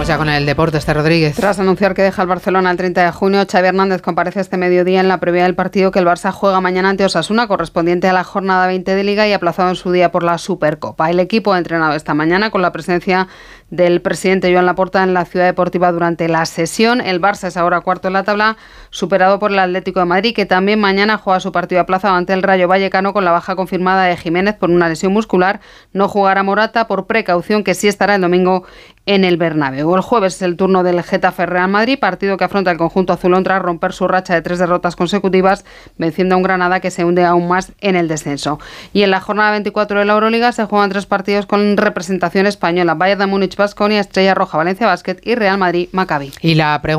Vamos ya con el deporte, Rodríguez. Tras anunciar que deja el Barcelona el 30 de junio, Xavi Hernández comparece este mediodía en la previa del partido que el Barça juega mañana ante Osasuna, correspondiente a la jornada 20 de Liga y aplazado en su día por la Supercopa. El equipo ha entrenado esta mañana con la presencia del presidente Joan Laporta en la Ciudad Deportiva durante la sesión. El Barça es ahora cuarto en la tabla, superado por el Atlético de Madrid, que también mañana juega su partido aplazado ante el Rayo Vallecano con la baja confirmada de Jiménez por una lesión muscular. No jugará Morata por precaución, que sí estará el domingo en el Bernabéu. El jueves es el turno del Getafe Real Madrid, partido que afronta el conjunto azulón tras romper su racha de 3 derrotas consecutivas, venciendo a un Granada que se hunde aún más en el descenso. Y en la jornada 24 de la Euroliga se juegan 3 partidos con representación española: Bayern de Múnich, Baskonia, Estrella Roja, Valencia Basket y Real Madrid Maccabi. Y la